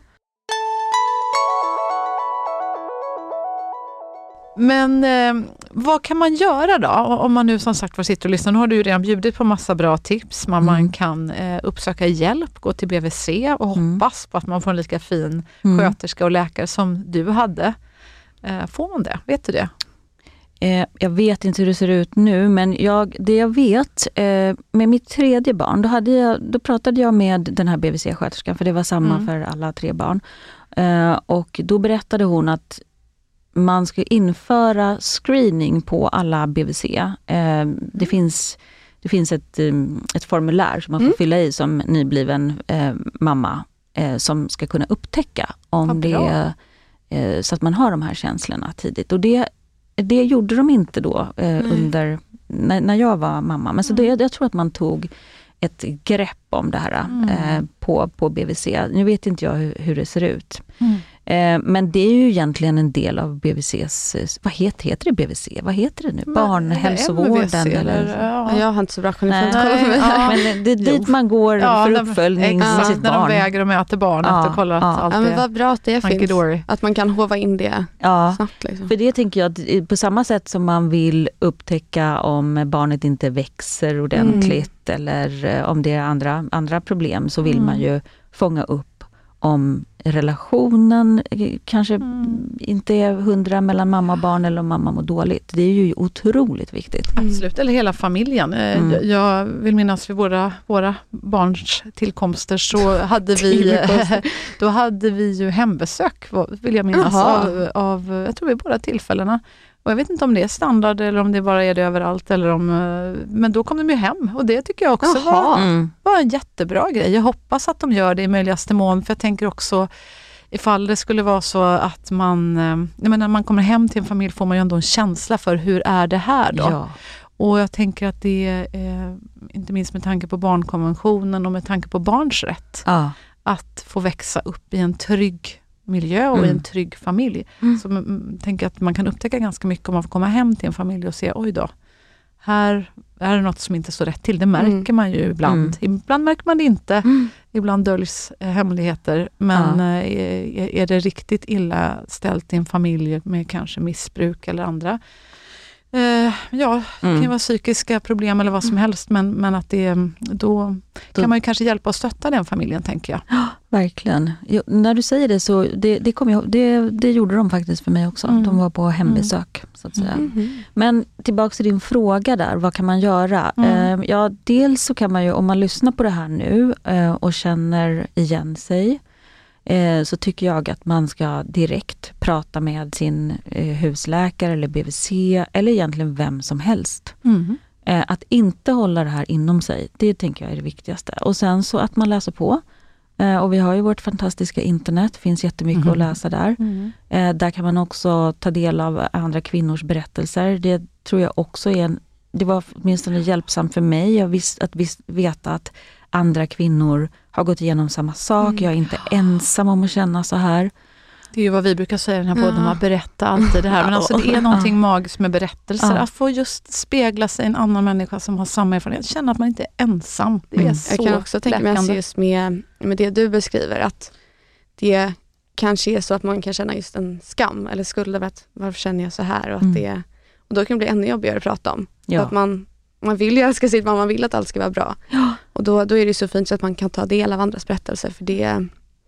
Men eh, vad kan man göra då? Om man nu som sagt får sitta och lyssna. Nu har du ju redan bjudit på massa bra tips. Man, mm. man kan eh, uppsöka hjälp, gå till B V C och mm. hoppas på att man får en lika fin mm. sköterska och läkare som du hade. Eh, får man det? Vet du det? Eh, jag vet inte hur det ser ut nu, men jag, det jag vet eh, med mitt tredje barn, då, hade jag, då pratade jag med den här B V C-sköterskan, för det var samma mm. för alla tre barn. Eh, och då berättade hon att man ska införa screening på alla B V C. Eh, det finns, det finns ett, ett formulär som man får mm. fylla i som nybliven eh, mamma eh, som ska kunna upptäcka om det är eh, så att man har de här känslorna tidigt. Och det, det gjorde de inte då eh, under när, när jag var mamma. Men så det, jag tror att man tog ett grepp om det här mm. eh, på, på B V C. Nu vet inte jag hur, hur det ser ut. Mm. Eh, men det är ju egentligen en del av B V C:s, vad heter, heter det B V C? Vad heter det nu? Men, Barnhälsovården? Eller, eller? Ja. Jag har inte så bra koll. Ja. Men det är dit man går ja, för uppföljning med sitt när barn. De väger och mäter barnet ja, och kollar att ja. allt ja, men vad bra att det finns. Dory. Att man kan hova in det ja. snabbt. Liksom. För det tänker jag att på samma sätt som man vill upptäcka om barnet inte växer ordentligt mm. eller om det är andra, andra problem, så vill mm. man ju fånga upp om relationen kanske mm. inte är hundra mellan mamma och barn, eller om mamma mår dåligt. Det är ju otroligt viktigt. Mm. Absolut, eller hela familjen. Mm. Jag vill minnas för våra, våra barns tillkomster så hade vi då hade vi ju hembesök, vill jag minnas, av, av, jag tror vi båda tillfällena. Och jag vet inte om det är standard eller om det bara är det överallt. Eller om, men då kom de ju hem. Och det tycker jag också var, mm. var en jättebra grej. Jag hoppas att de gör det i möjligaste mån. För jag tänker också, ifall det skulle vara så att man, jag menar, när man kommer hem till en familj får man ju ändå en känsla för hur är det här då. Ja. Och jag tänker att det är, eh, inte minst med tanke på barnkonventionen och med tanke på barns rätt. Ja. Att få växa upp i en trygg miljö och mm. i en trygg familj. Mm. Så jag tänker att man kan upptäcka ganska mycket om man får komma hem till en familj och se, oj då, här är det något som inte står rätt till. Det märker mm. man ju ibland. Mm. Ibland märker man det inte. Mm. Ibland döljs eh, hemligheter. Men ja. eh, är, är det riktigt illa ställt i en familj med kanske missbruk eller andra Uh, ja, det mm. kan ju vara psykiska problem eller vad som helst, men, men att det, då, då kan man ju kanske hjälpa och stötta den familjen, tänker jag. Ja, verkligen. Jo, när du säger det så, det, det, kom jag, det, det gjorde de faktiskt för mig också. Mm. De var på hembesök, mm. så att säga. Mm. Men tillbaka till din fråga där, vad kan man göra? Mm. Uh, ja, dels så kan man ju, om man lyssnar på det här nu uh, och känner igen sig, så tycker jag att man ska direkt prata med sin husläkare eller B V C eller egentligen vem som helst. Mm. Att inte hålla det här inom sig, det tänker jag är det viktigaste. Och sen så att man läser på. Och vi har ju vårt fantastiska internet, det finns jättemycket mm. att läsa där. Mm. Där kan man också ta del av andra kvinnors berättelser. Det tror jag också är en, det var åtminstone hjälpsamt för mig. Jag visste att visst, veta att andra kvinnor har gått igenom samma sak. Mm. Jag är inte ensam om att känna så här. Det är ju vad vi brukar säga i den här podden, man berättar alltid det här. Men alltså det är någonting magiskt med berättelser. Att få just spegla sig en annan människa som har samma erfarenhet. Känna att man inte är ensam. Det är mm. så Jag kan också tänka mig alltså just med, med det du beskriver. Att det kanske är så att man kan känna just en skam eller skuld över att varför känner jag så här. Och, att mm. det, och då kan det bli ännu jobbigare att prata om. Ja. För att man Man vill ju älska sitt barn, man vill att allt ska vara bra. Ja. Och då, då är det så fint så att man kan ta del av andras berättelser. För det,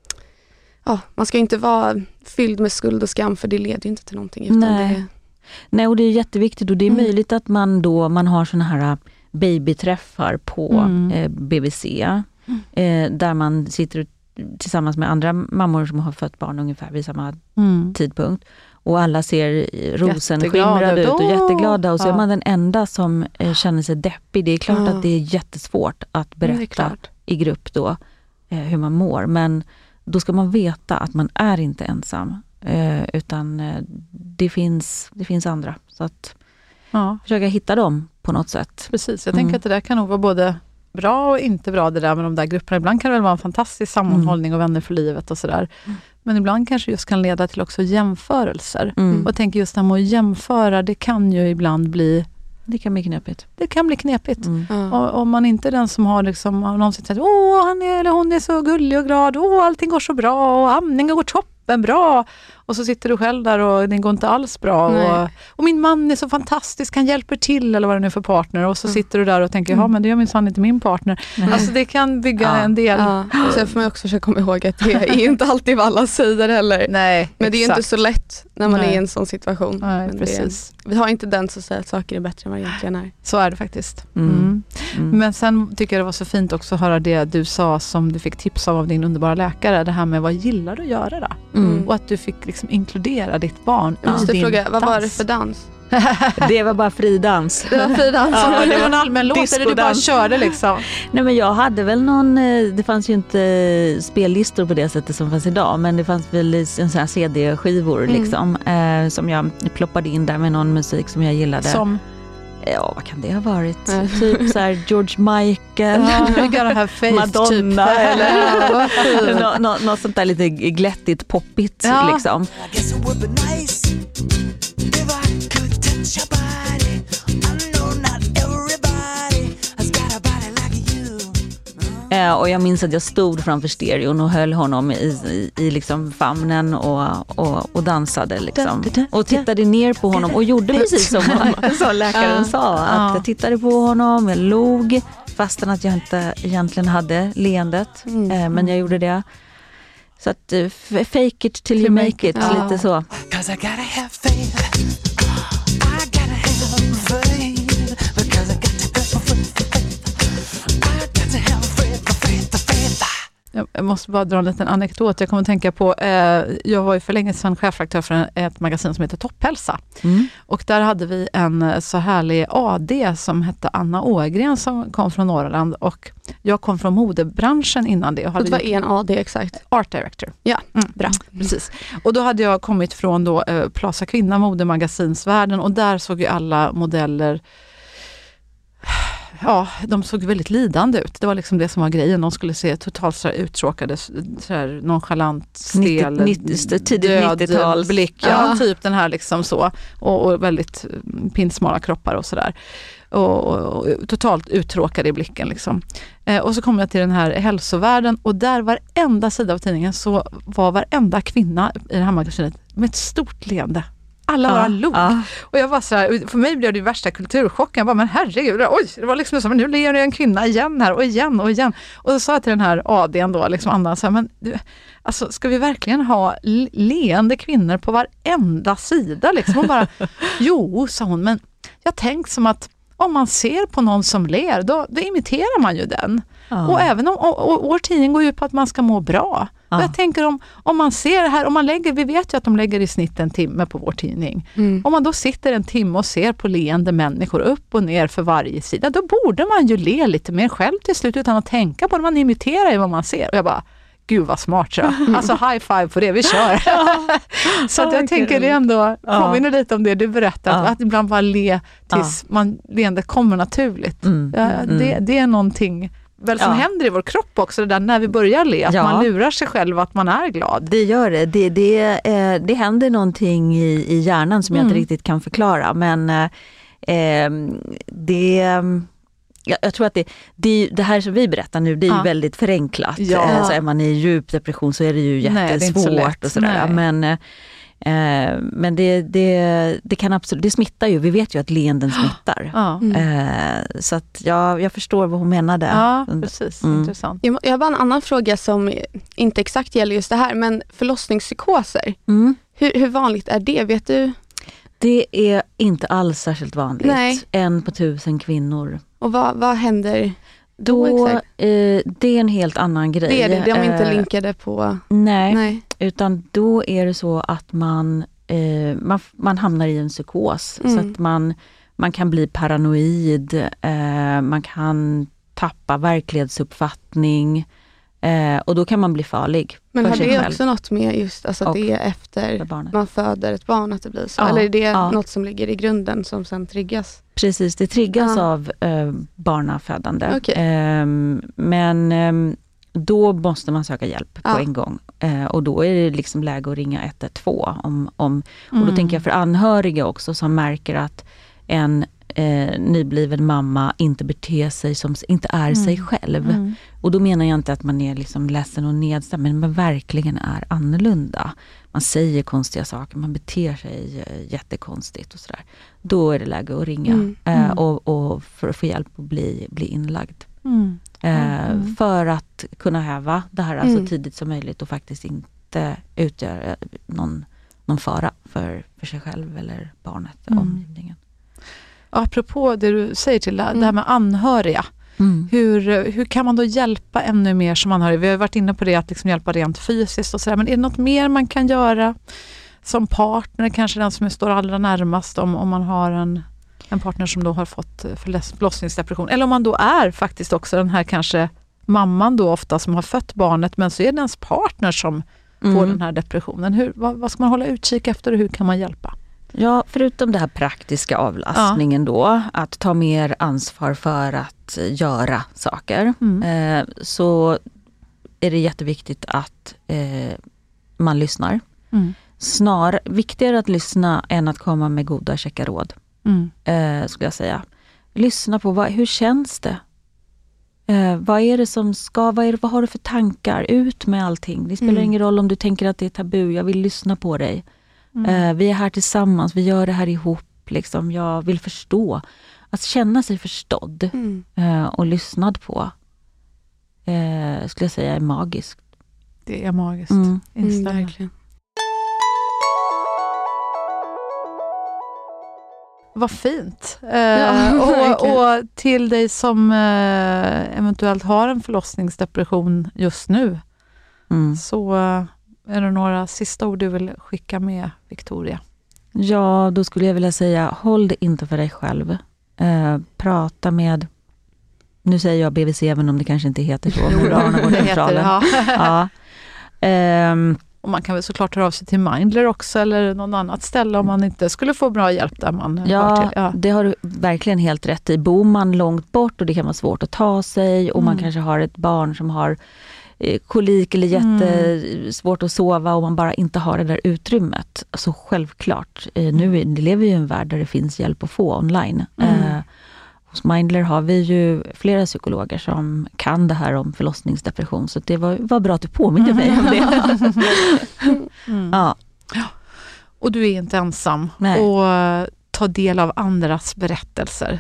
ja, man ska inte vara fylld med skuld och skam, för det leder ju inte till någonting. Utan Nej. Det... Nej, och det är jätteviktigt. Och det är mm. möjligt att man då man har såna här babyträffar på mm. eh, B V C. Mm. Eh, där man sitter tillsammans med andra mammor som har fött barn ungefär vid samma mm. tidpunkt. Och alla ser rosenskimrade ut och jätteglada. Och så ja. är man den enda som eh, känner sig deppig. Det är klart ja. att det är jättesvårt att berätta i grupp då eh, hur man mår. Men då ska man veta att man är inte ensam. Eh, utan eh, det, finns, det finns andra. Så att ja. försöka hitta dem på något sätt. Precis, jag mm. tänker att det där kan nog vara både bra och inte bra, det där med de där grupperna. Ibland kan det väl vara en fantastisk sammanhållning mm. och vänner för livet och sådär. Mm. Men ibland kanske just kan leda till också jämförelser. Mm. Och jag tänker just det här med att jämföra, det kan ju ibland bli... Det kan bli knepigt. Det kan bli knepigt. Mm. Mm. Och, om man inte är den som har liksom, någonsin sagt, åh, han är, eller hon är så gullig och glad, åh, allting går så bra och amningen går toppen bra. Och så sitter du själv där och det går inte alls bra. Och, och min man är så fantastisk, han hjälper till eller vad det nu är för partner. Och så mm. sitter du där och tänker, ja men det gör minsann inte min partner. Mm. Alltså det kan bygga ja. en del. Ja. Och sen får man också försöka komma ihåg att det är inte alltid vad alla säger heller. Nej, men det är inte så lätt när man Nej. är i en sån situation. Nej, men precis. Det, vi har inte den som säger att saker är bättre än vad det egentligen är. Så är det faktiskt. Mm. Mm. Mm. Men sen tycker jag det var så fint också att höra det du sa som du fick tips av av din underbara läkare. Det här med vad gillar du att göra då? Mm. Och att du fick liksom inkludera ditt barn ja. i din fråga, vad dans. var det för dans? Det var bara fridans. Det var fridans. Ja, det var en allmän låt där du bara körde liksom. Nej, men jag hade väl någon, det fanns ju inte spellistor på det sättet som fanns idag, men det fanns väl en sån här C D-skivor mm. liksom, eh, som jag ploppade in där med någon musik som jag gillade. Som? Ja, vad kan det ha varit? Mm. Typ så här George Michael, ja, face, Madonna typ. eller något no, no, sånt där lite glättigt, poppigt ja. liksom. Eh, och jag minns att jag stod framför stereon och höll honom i, i, i liksom famnen och, och, och dansade liksom. Och tittade ner på honom och gjorde precis som, som läkaren sa. Att jag tittade på honom, jag log fastän att jag inte egentligen hade leendet. Mm. Eh, men jag gjorde det. Så att uh, fake it till you make it, ja. lite så. Jag måste bara dra en liten anekdot. Jag kommer att tänka på, eh, jag var ju för länge sedan chefredaktör för ett magasin som heter Topphälsa. Mm. Och där hade vi en så härlig A D som hette Anna Ågren som kom från Norrland. Och jag kom från modebranschen innan det. Och hade vad är en A D exakt? Art director. Ja, mm. bra. Precis. Och då hade jag kommit från då, eh, Plaza Kvinna, modemagasinsvärlden. Och där såg ju alla modeller... Ja, de såg väldigt lidande ut. Det var liksom det som var grejen. De skulle se totalt så här uttråkade, så här nonchalant, stel, död nittiotal blick. Ja, ja, typ den här liksom så. Och, och väldigt pinsmala kroppar och sådär. Och, och, och totalt uttråkade i blicken liksom. Eh, och så kom jag till den här hälsovärlden och där varenda sida av tidningen så var varenda kvinna i det här magasinet med ett stort leende. Alla bara ja, log. Ja. Och jag var så här, för mig blev det värsta kulturchocken. Jag bara, men herregud, oj, det var liksom så, men nu ler en kvinna igen här och igen och igen. Och så sa jag till den här A D:n då, liksom Anna, så här, men du, alltså ska vi verkligen ha leende kvinnor på varenda sida liksom? Och bara, jo, sa hon, men jag tänkte som att om man ser på någon som ler, då, då imiterar man ju den. Ja. Och även om och, och, vår tidning går ju på att man ska må bra. Ja. Och jag tänker om, om man ser det här, om man lägger, vi vet ju att de lägger i snitt en timme på vår tidning. Mm. Om man då sitter en timme och ser på leende människor upp och ner för varje sida, då borde man ju le lite mer själv till slut utan att tänka på det. Man imiterar ju vad man ser. Och jag bara, gud vad smart så. Mm. Alltså high five på det, vi kör. Ja. Så att jag tänker det ändå, påminner ja. lite om det du berättade, ja. att ibland bara le tills ja. man leende kommer naturligt. Mm. Ja, det, det är någonting väl som ja. händer i vår kropp också, det där när vi börjar le, att ja. man lurar sig själv att man är glad. Det gör det. Det, det, eh, det händer någonting i, i hjärnan som mm. jag inte riktigt kan förklara, men eh, det... Jag, jag tror att det, det, det här som vi berättar nu, det är ja. ju väldigt förenklat. Ja. Alltså är man i djup depression så är det ju jättesvårt. Nej, det och sådär. Men, eh, men det, det, det kan absolut, det smittar ju. Vi vet ju att leenden smittar. Ja. Mm. Eh, så att jag, jag förstår vad hon menade. Ja, precis. Mm. Intressant. Jag, jag har bara en annan fråga som inte exakt gäller just det här, men förlossningspsykoser. Mm. Hur, hur vanligt är det? Vet du? Det är inte alls särskilt vanligt. Nej. En på tusen kvinnor. Och vad, vad händer då? då eh, det är en helt annan grej. Det är det, de är inte eh, linkade på... Nej, nej, utan då är det så att man, eh, man, man hamnar i en psykos. Mm. Så att man, man kan bli paranoid, eh, man kan tappa verklighetsuppfattning. Eh, och då kan man bli farlig. Men för har sig det själv. också något med just alltså att det är efter man föder ett barn att det blir så? Ja, eller är det ja. något som ligger i grunden som sen triggas? Precis, det triggas ja. av eh, barnafödande. Okay. Eh, men eh, då måste man söka hjälp ja. på en gång. Eh, och då är det liksom läge att ringa ett ett två. Om, om, och då mm. tänker jag för anhöriga också som märker att en Eh, nybliven mamma inte beter sig som, inte är mm. sig själv. Mm. Och då menar jag inte att man är liksom ledsen och nedstämd, men man verkligen är annorlunda. Man säger konstiga saker, man beter sig eh, jättekonstigt och sådär. Då är det läge att ringa mm. Eh, och, och för att få hjälp att bli, bli inlagd. Mm. Eh, mm. För att kunna häva det här mm. så tidigt som möjligt och faktiskt inte utgöra någon, någon fara för, för sig själv eller barnet, mm. omgivningen. Apropå det du säger till mm. det här med anhöriga. Mm. Hur, hur kan man då hjälpa ännu mer som anhörig? Vi har varit inne på det att liksom hjälpa rent fysiskt och sådär. Men är det något mer man kan göra som partner? Kanske den som står allra närmast om, om man har en, en partner som då har fått förlossningsdepression. Eller om man då är faktiskt också den här kanske mamman då ofta som har fött barnet. Men så är det ens partner som mm. får den här depressionen. Hur, vad, vad ska man hålla utkik efter och hur kan man hjälpa? Ja, förutom det här praktiska avlastningen ja. då, att ta mer ansvar för att göra saker, mm. eh, så är det jätteviktigt att eh, man lyssnar. Mm. Snar, viktigare att lyssna än att komma med goda checka råd, mm. eh, skulle jag säga. Lyssna på, vad, hur känns det? Eh, vad är det som ska, vad, är det, vad har du för tankar? Ut med allting. Det spelar mm. ingen roll om du tänker att det är tabu, jag vill lyssna på dig. Mm. Uh, vi är här tillsammans, vi gör det här ihop liksom. Jag vill förstå, att känna sig förstådd mm. uh, och lyssnad på uh, skulle jag säga är magiskt. Det är magiskt. Mm. Mm, verkligen. Vad fint. Eh, ja, och, och till dig som eh, eventuellt har en förlossningsdepression just nu, mm. så eh, är det några sista ord du vill skicka med, Victoria? Ja, då skulle jag vilja säga, håll det inte för dig själv. Eh, prata med, nu säger jag B V C även om det kanske inte heter så. Jo, det heter det, ja. ja. Eh, Och man kan väl såklart höra av sig till Mindler också eller någon annat ställe om man inte skulle få bra hjälp där man ja, hör till. Ja, det har du verkligen helt rätt i. Bor man långt bort och det kan vara svårt att ta sig och mm. man kanske har ett barn som har eh, kolik eller jättesvårt mm. att sova och man bara inte har det där utrymmet. Så självklart, eh, nu det lever vi i en värld där det finns hjälp att få online. Mm. Eh, Hos Mindler har vi ju flera psykologer som kan det här om förlossningsdepression. Så det var, var bra att du påminner mig om det. mm. ja. Och du är inte ensam. Nej. Och ta del av andras berättelser.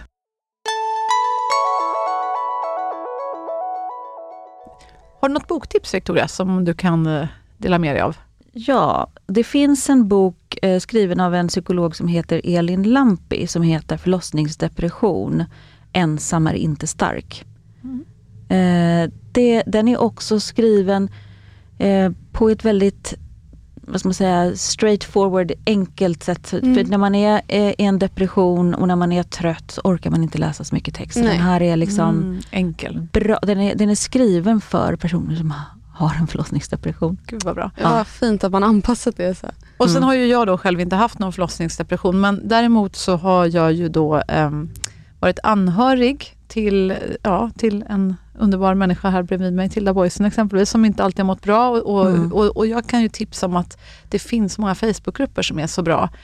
Har du något boktips, Victoria, som du kan dela med dig av? Ja, det finns en bok eh, skriven av en psykolog som heter Elin Lampi som heter Förlossningsdepression. Ensam är inte stark. Mm. Eh, det, den är också skriven eh, på ett väldigt, vad ska man säga, straightforward, enkelt sätt. Mm. För när man är eh, i en depression och när man är trött så orkar man inte läsa så mycket text. Nej. Den här är liksom mm, enkel. Bra, den, är, den är skriven för personer som har har en förlossningsdepression. Gud vad bra. Ja, ja. Fint att man anpassat det så. Och sen mm. har ju jag då själv inte haft någon förlossningsdepression, men däremot så har jag ju då eh, varit anhörig till, ja, till en underbar människa här bredvid mig, Tilda Boysen exempelvis, som inte alltid har mått bra och, och, mm. och, och jag kan ju tipsa om att det finns många Facebookgrupper som är så bra.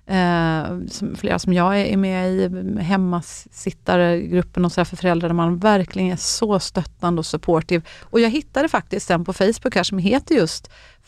Eh, som, flera som jag är med i, hemmasittargruppen och så här för föräldrar där man verkligen är så stöttande och supportive. Och jag hittade faktiskt en på Facebook här som heter just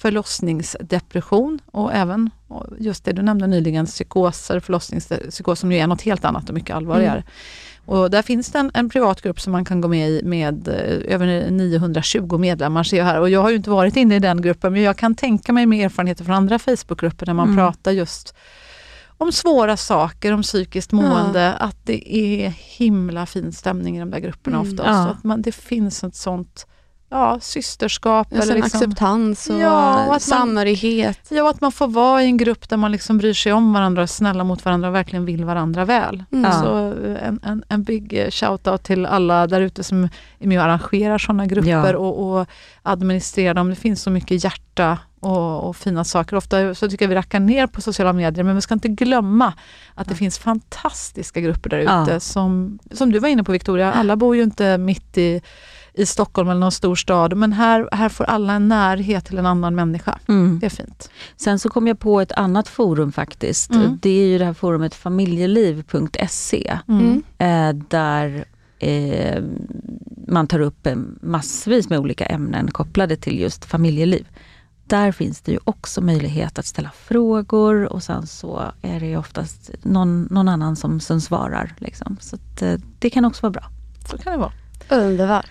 förlossningsdepression och även just det du nämnde nyligen, psykoser, förlossningspsykos som ju är något helt annat och mycket allvarligare. Mm. Och där finns det en, en privatgrupp som man kan gå med i med eh, över niohundratjugo medlemmar ser jag här. Och jag har ju inte varit inne i den gruppen, men jag kan tänka mig med erfarenheter från andra Facebookgrupper där man mm. pratar just om svåra saker, om psykiskt mående, ja. Att det är himla fin stämning i de där grupperna mm, ofta. Ja. Så att man, det finns ett sånt ja, systerskap. Ja, eller liksom, acceptans och, ja, och samhörighet. Ja, att man får vara i en grupp där man liksom bryr sig om varandra och är snälla mot varandra och verkligen vill varandra väl. Mm. Så en, en, en big shout-out till alla där ute som är med och arrangerar sådana grupper ja. och, och administrerar dem. Det finns så mycket hjärta och, och fina saker. Ofta så tycker jag vi rackar ner på sociala medier, men vi ska inte glömma att det finns fantastiska grupper där ute ja. som, som du var inne på, Victoria. Alla bor ju inte mitt i i Stockholm eller någon stor stad, men här, här får alla en närhet till en annan människa. Mm. Det är fint. Sen så kom jag på ett annat forum faktiskt. Mm. Det är ju det här forumet familjeliv punkt se mm. eh, där eh, man tar upp massvis med olika ämnen kopplade till just familjeliv. Där finns det ju också möjlighet att ställa frågor och sen så är det ju oftast någon, någon annan som, som svarar. Liksom. Så att, eh, det kan också vara bra. Så kan det vara. Underbart.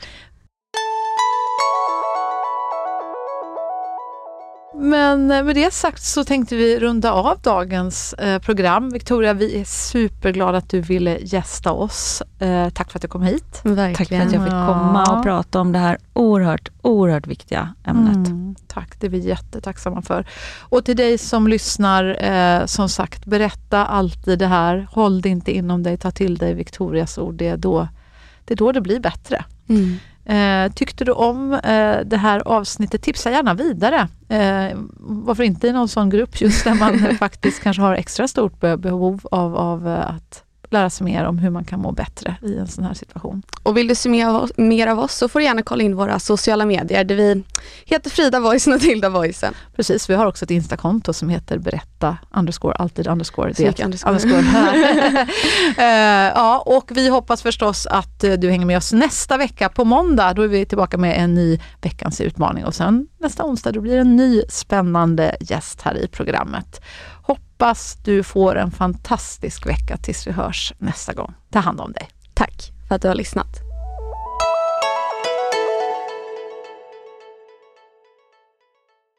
Men med det sagt så tänkte vi runda av dagens eh, program. Victoria, vi är superglada att du ville gästa oss. Eh, tack för att du kom hit. Verkligen. Tack för att jag fick komma och prata om det här oerhört, oerhört viktiga ämnet. Mm, tack, det är vi jättetacksamma för. Och till dig som lyssnar, eh, som sagt, berätta alltid det här. Håll det inte inom dig, ta till dig Victorias ord. Det är då det, är då det blir bättre. Mm. Eh, tyckte du om eh, det här avsnittet, tipsa gärna vidare. Eh, varför inte i någon sån grupp just där man faktiskt kanske har extra stort behov av, av att lära sig mer om hur man kan må bättre i en sån här situation. Och vill du se mer av oss, mer av oss så får du gärna kolla in våra sociala medier där vi heter Frida Voicen och Tilda Voicen. Precis, vi har också ett Instakonto som heter berätta underscore alltid underscore det underscore. underscore. uh, ja, och vi hoppas förstås att uh, du hänger med oss nästa vecka på måndag. Då är vi tillbaka med en ny veckans utmaning och sen nästa onsdag då blir det en ny spännande gäst här i programmet. Hoppas du får en fantastisk vecka tills vi hörs nästa gång. Ta hand om dig. Tack för att du har lyssnat.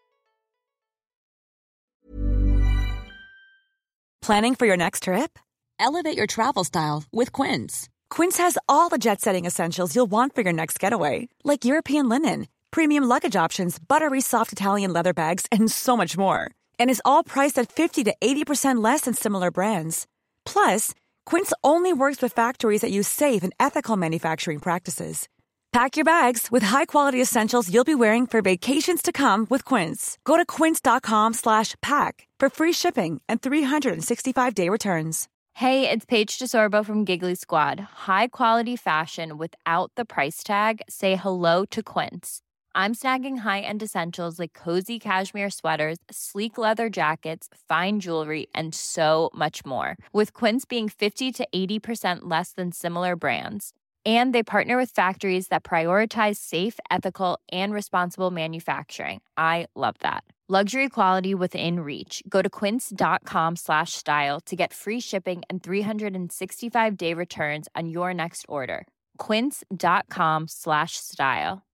Planning for your next trip? Elevate your travel style with Quince. Quince has all the jet-setting essentials you'll want for your next getaway, like European linen, premium luggage options, buttery soft Italian leather bags, and so much more. And is all priced at fifty to eighty percent less than similar brands. Plus, Quince only works with factories that use safe and ethical manufacturing practices. Pack your bags with high-quality essentials you'll be wearing for vacations to come with Quince. Go to quince.com slash pack for free shipping and three sixty-five day returns. Hey, it's Paige DeSorbo from Giggly Squad. High quality fashion without the price tag. Say hello to Quince. I'm snagging high-end essentials like cozy cashmere sweaters, sleek leather jackets, fine jewelry, and so much more. With Quince being fifty to eighty percent less than similar brands. And they partner with factories that prioritize safe, ethical, and responsible manufacturing. I love that. Luxury quality within reach. Go to quince.com slash style to get free shipping and three sixty-five day returns on your next order. Quince.com slash style.